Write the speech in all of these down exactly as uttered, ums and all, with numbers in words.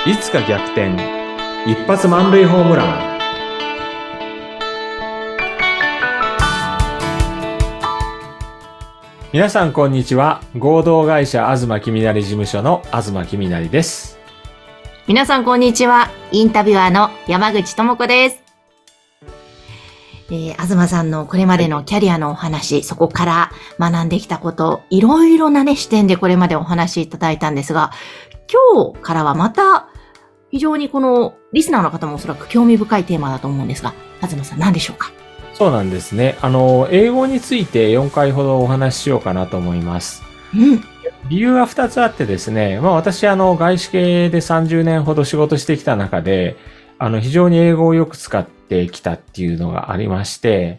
いつか逆転、一発満塁ホームラン。皆さんこんにちは。合同会社東きみなり事務所の東きみなりです。 皆さんこんにちは。インタビュアーの山口智子です。えー、東さんのこれまでのキャリアのお話、はい、そこから学んできたこと、いろいろなね視点でこれまでお話しいただいたんですが、今日からはまた非常にこのリスナーの方もおそらく興味深いテーマだと思うんですが、東さん何でしょうか？ そうなんですね。あの、英語についてよんかいほどお話ししようかなと思います。 うん。 理由はふたつあってですね、まあ私、あの、外資系でさんじゅうねんほど仕事してきた中で、あの、非常に英語をよく使ってきたっていうのがありまして、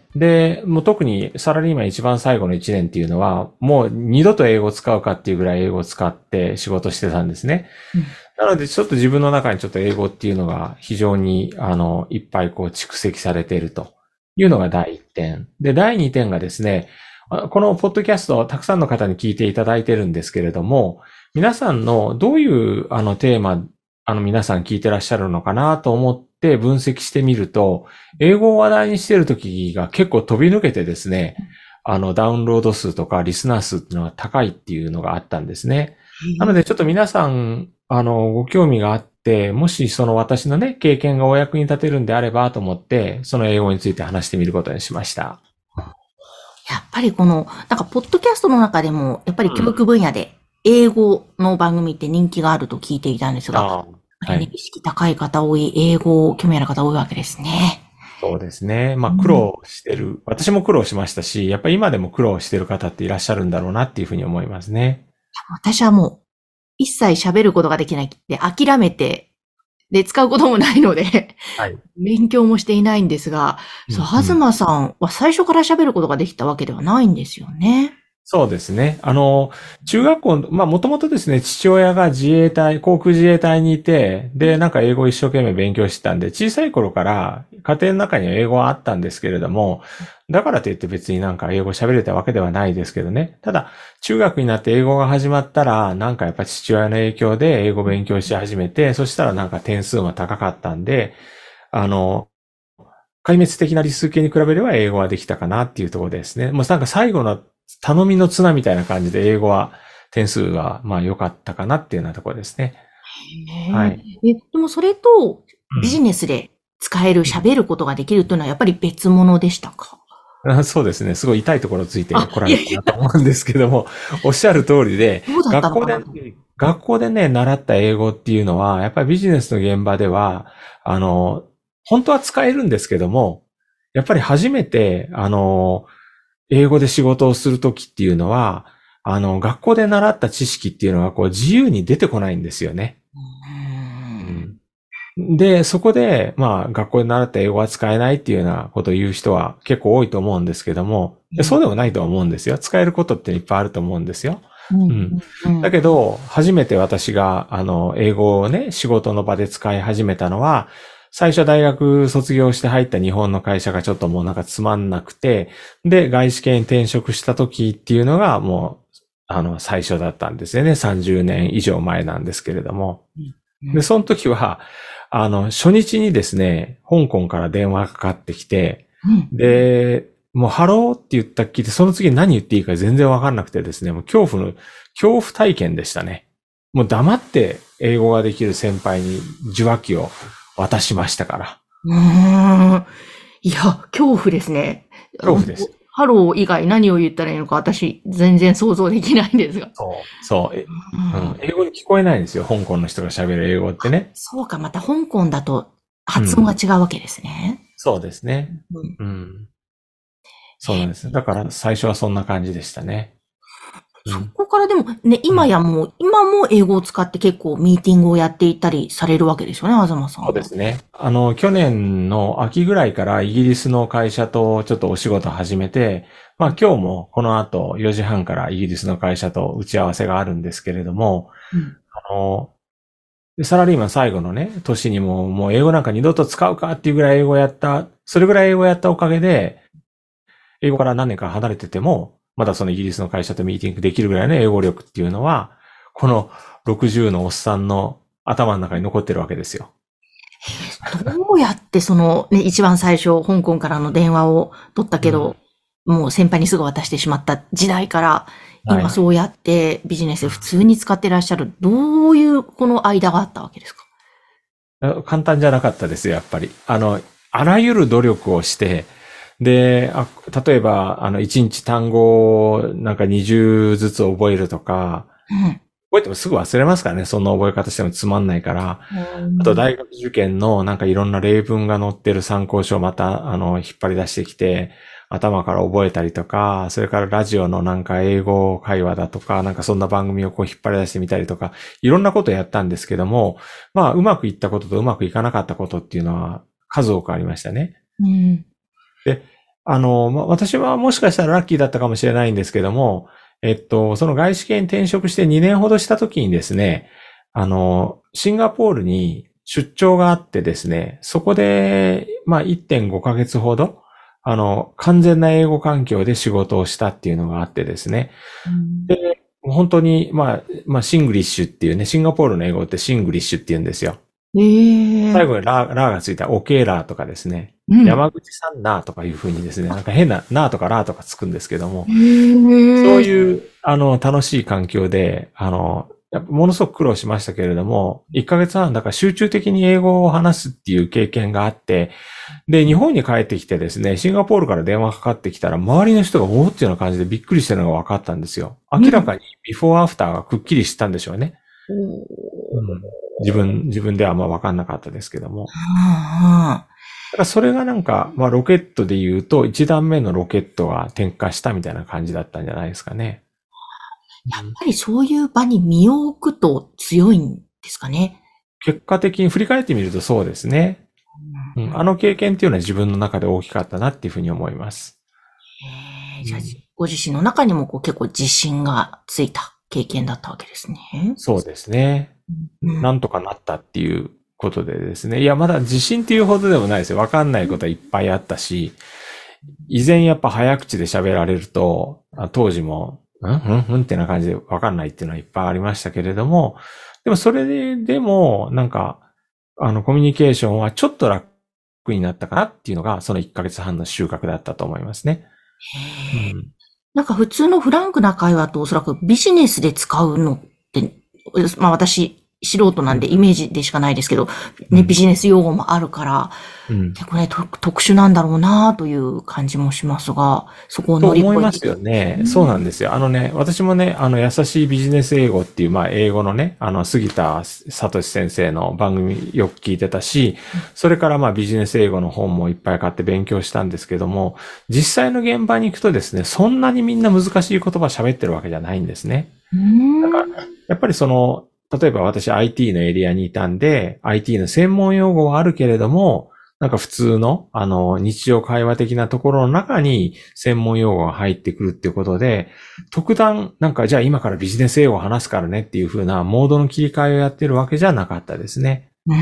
で、もう特にサラリーマン一番最後のいちねんっていうのは、もう二度と英語を使うかっていうぐらい英語を使って仕事してたんですね。うん、なので、ちょっと自分の中にちょっと英語っていうのが非常に、あの、いっぱいこう蓄積されているというのがだいいってん。で、だいにてんがですね、このポッドキャストをたくさんの方に聞いていただいてるんですけれども、皆さんのどういうあのテーマ、あの皆さん聞いてらっしゃるのかなと思って分析してみると、英語を話題にしてる時が結構飛び抜けてですね、あのダウンロード数とかリスナー数っていうのが高いっていうのがあったんですね。なのでちょっと皆さん、あの、ご興味があって、もしその私のね、経験がお役に立てるんであればと思って、その英語について話してみることにしました。 やっぱりこの、なんか、ポッドキャストの中でも、やっぱり教育分野で、英語の番組って人気があると聞いていたんですが、はい、意識高い方多い、英語、興味ある方多いわけですね。 そうですね。まあ、苦労してる、うん。私も苦労しましたし、やっぱり今でも苦労してる方っていらっしゃるんだろうなっていうふうに思いますね。 私はもう、一切喋ることができないって諦めて、で、使うこともないので、はい、勉強もしていないんですが、うんうん、そう、東さんは最初から喋ることができたわけではないんですよね。 そうですね。あの、中学校、まあ、もともとですね、父親が自衛隊、航空自衛隊にいて、で、なんか英語を一生懸命勉強してたんで、小さい頃から家庭の中には英語はあったんですけれども、だからといって別になんか英語喋れたわけではないですけどね。ただ、中学になって英語が始まったら、なんかやっぱ父親の影響で英語勉強し始めて、そしたらなんか点数も高かったんで、あの、壊滅的な理数系に比べれば英語はできたかなっていうところですね。もうなんか最後の頼みの綱みたいな感じで英語は点数はまあ良かったかなっていうようなところですね。 はい。え、でもそれとビジネスで使える、喋、うん、ることができるというのはやっぱり別物でしたか？ そうですね。すごい痛いところついてこられたなと思うんですけども、おっしゃる通りで、学校で、学校でね、習った英語っていうのは、やっぱりビジネスの現場では、あの、本当は使えるんですけども、やっぱり初めて、あの、英語で仕事をするときっていうのは、あの、学校で習った知識っていうのは、こう、自由に出てこないんですよね。うん、で、そこで、まあ、学校で習った英語は使えないっていうようなことを言う人は結構多いと思うんですけども、そうでもないと思うんですよ。使えることっていっぱいあると思うんですよ。うんうん、だけど、初めて私が、あの、英語をね、仕事の場で使い始めたのは、最初大学卒業して入った日本の会社がちょっともうなんかつまんなくて、で、外資系に転職した時っていうのがもう、あの、最初だったんですよね。さんじゅうねん以上前なんですけれども。で、その時は、あの、初日にですね、香港から電話がかかってきて、で、もうハローって言ったっきり、その次何言っていいか全然わかんなくてですね、もう恐怖の、恐怖体験でしたね。もう黙って英語ができる先輩に受話器を渡しましたから。 うーん。いや、恐怖ですね。 恐怖です。 ハロー以外何を言ったらいいのか私全然想像できないんですが。 そう。そう。えうん、英語に聞こえないんですよ。香港の人が喋る英語ってね。 そうか、また香港だと発音が違うわけですね。 うん、そうですね。うん。うん、そうなんです。だから最初はそんな感じでしたね。 そこからでもね、今やもう、うん、今も英語を使って結構ミーティングをやっていたりされるわけですよね、東さん。 そうですね。あの、去年の秋ぐらいからイギリスの会社とちょっとお仕事始めて、まあ今日もこの後よじはんからイギリスの会社と打ち合わせがあるんですけれども、うん、あの、サラリーマン最後のね、年にももう英語なんか二度と使うかっていうぐらい英語やった、それぐらい英語やったおかげで、英語から何年か離れてても、まだそのイギリスの会社とミーティングできるぐらいの英語力っていうのは、このろくじゅうのおっさんの頭の中に残ってるわけですよ。 どうやってそのね、一番最初、香港からの電話を取ったけど、うん、もう先輩にすぐ渡してしまった時代から、今そうやってビジネスで普通に使ってらっしゃる、どういうこの間があったわけですか？ 簡単じゃなかったですよ、やっぱり。あの、あらゆる努力をして、で、あ例えば、あの、いちにち単語をなんかにじゅうずつ覚えるとか、うん、覚えてもすぐ忘れますからね、そんな覚え方してもつまんないから。うん、あと、大学受験のなんかいろんな例文が載ってる参考書をまた、あの、引っ張り出してきて、頭から覚えたりとか、それからラジオのなんか英語会話だとか、なんかそんな番組をこう引っ張り出してみたりとか、いろんなことをやったんですけども、まあ、うまくいったこととうまくいかなかったことっていうのは数多くありましたね。うん、で、あの、まあ、私はもしかしたらラッキーだったかもしれないんですけども、えっと、その外資系に転職してにねんほどした時にですね、あの、シンガポールに出張があってですね、そこで、まあ、いってんごかげつほど、あの、完全な英語環境で仕事をしたっていうのがあってですね。うん、で、本当に、まあ、まあ、シングリッシュっていうね、シンガポールの英語ってシングリッシュって言うんですよ。えー、最後にラー、ラーがついたオケーラーとかですね。うん、山口さんなーとかいう風にですね、なんか変ななーとかラーとかつくんですけども、そういう、あの、楽しい環境で、あの、やっぱものすごく苦労しましたけれども、いっかげつはんだから集中的に英語を話すっていう経験があって、で、日本に帰ってきてですね、シンガポールから電話かかってきたら、周りの人がおーっていうような感じでびっくりしてるのが分かったんですよ。明らかにビフォーアフターがくっきりしたんでしょうね。うん、自分、自分ではあんま分かんなかったですけども。だからそれがなんか、まあロケットで言うと、一段目のロケットが点火したみたいな感じだったんじゃないですかね。やっぱりそういう場に身を置くと強いんですかね。結果的に振り返ってみるとそうですね。うん、あの経験っていうのは自分の中で大きかったなっていうふうに思います。 へー、じゃあ、ご自身の中にもこう結構自信がついた経験だったわけですね。 そうですね。うん、なんとかなったっていうことでですね。いや、まだ自信っていうほどでもないですよ。わかんないことはいっぱいあったし、以前やっぱ早口で喋られると、当時も、うんうんうんってな感じでわかんないっていうのはいっぱいありましたけれども、でもそれで、でも、なんか、あの、コミュニケーションはちょっと楽になったかなっていうのが、そのいっかげつはんの収穫だったと思いますね。 へー、うん、なんか普通のフランクな会話とおそらくビジネスで使うのって、まあ私、素人なんでイメージでしかないですけど、うん、ね、ビジネス用語もあるから、うん、結構ね、特殊なんだろうなという感じもしますが、そこを乗り越えて。 と思いますよね、うん。そうなんですよ。あのね、私もね、あの、優しいビジネス英語っていう、まあ、英語のね、あの、杉田聡先生の番組よく聞いてたし、それからまあ、ビジネス英語の本もいっぱい買って勉強したんですけども、実際の現場に行くとですね、そんなにみんな難しい言葉喋ってるわけじゃないんですね。だから、やっぱりその、例えば私 アイティー のエリアにいたんで、アイティー の専門用語はあるけれども、なんか普通の、あの、日常会話的なところの中に専門用語が入ってくるっていうことで、特段、なんかじゃあ今からビジネス英語を話すからねっていう風なモードの切り替えをやってるわけじゃなかったですね。うー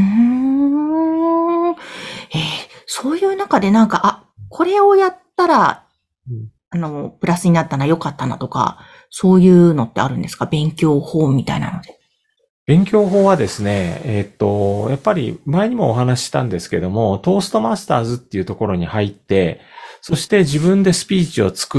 ん。えー、そういう中でなんか、あ、これをやったら、うん、あの、プラスになったな、良かったなとか、そういうのってあるんですか？勉強法みたいなので。 勉強法はですね、えー、っと、やっぱり前にもお話ししたんですけども、トーストマスターズっていうところに入って、そして自分でスピーチを作って、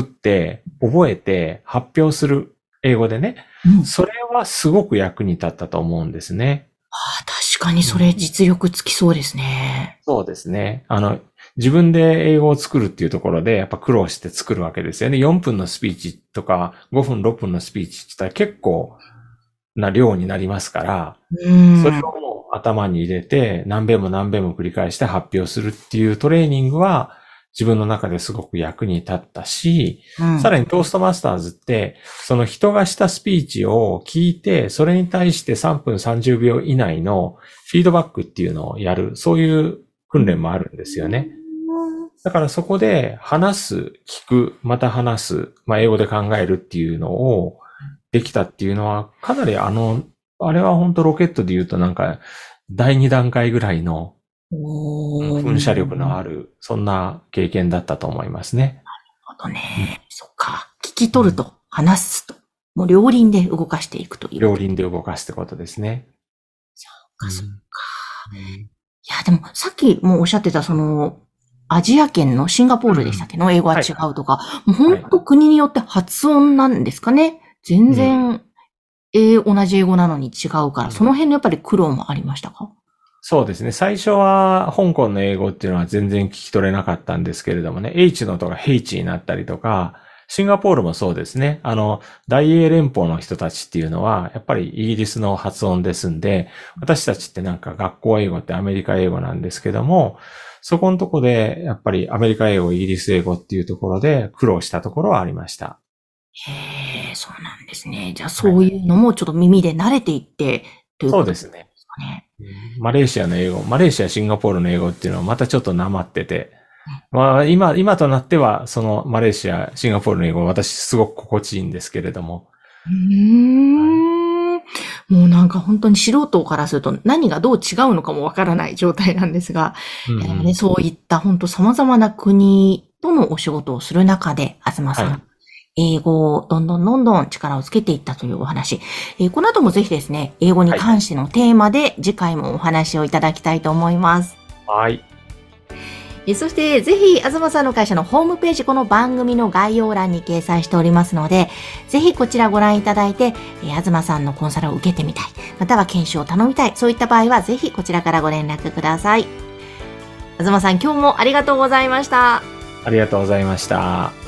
覚えて発表する英語でね、うん、それはすごく役に立ったと思うんですね。 ああ、確かにそれ実力つきそうですね。 そうですね。あの、自分で英語を作るっていうところで、やっぱ苦労して作るわけですよね。よんぷんのスピーチとか、ごふん、ろっぷんのスピーチって言ったら結構な量になりますから、うん、それをもう頭に入れて、何遍も何遍も繰り返して発表するっていうトレーニングは、自分の中ですごく役に立ったし、うん、さらにトーストマスターズって、その人がしたスピーチを聞いて、それに対してさんぷんさんじゅうびょう以内のフィードバックっていうのをやる、そういう訓練もあるんですよね。だからそこで話す、聞く、また話す、まあ英語で考えるっていうのをできたっていうのは、かなりあの、あれは本当ロケットで言うとなんかだいに段階ぐらいの噴射力のある、そんな経験だったと思いますね。 なるほどね。うん、そっか。聞き取ると、話すと。もう両輪で動かしていくという。 両輪で動かすってことですね。 かそっか。いや、でもさっきもおっしゃってたその、アジア圏のシンガポールでしたっけの英語は違うとか、もう本当国によって発音なんですかね。全然、えー、同じ英語なのに違うから、その辺のやっぱり苦労もありましたか？ そうですね。最初は香港の英語っていうのは全然聞き取れなかったんですけれどもね、H の音が H になったりとか、シンガポールもそうですね。あの、大英連邦の人たちっていうのは、やっぱりイギリスの発音ですんで、私たちってなんか学校英語ってアメリカ英語なんですけども、そこのとこで、やっぱりアメリカ英語、イギリス英語っていうところで苦労したところはありました。 へえ、そうなんですね。じゃあそういうのもちょっと耳で慣れていって、というそことでうですね。 すかね。 マレーシアの英語、マレーシア、シンガポールの英語っていうのはまたちょっとなまってて、まあ今、今となってはそのマレーシア、シンガポールの英語、私すごく心地いいんですけれども。 うーん。もうなんか本当に素人からすると何がどう違うのかもわからない状態なんですが、 うんうんでもね、そういった本当様々な国とのお仕事をする中で、東さん、 はい英語をどんどんどんどん力をつけていったというお話。えーこの後もぜひですね、英語に関してのテーマで次回もお話をいただきたいと思います。 はい。 えーそしてぜひ、東さんの会社のホームページ、この番組の概要欄に掲載しておりますので、ぜひこちらご覧いただいて、えー東さんのコンサルを受けてみたい、または研修を頼みたい、そういった場合はぜひこちらからご連絡ください。東さん、今日もありがとうございました。 ありがとうございました。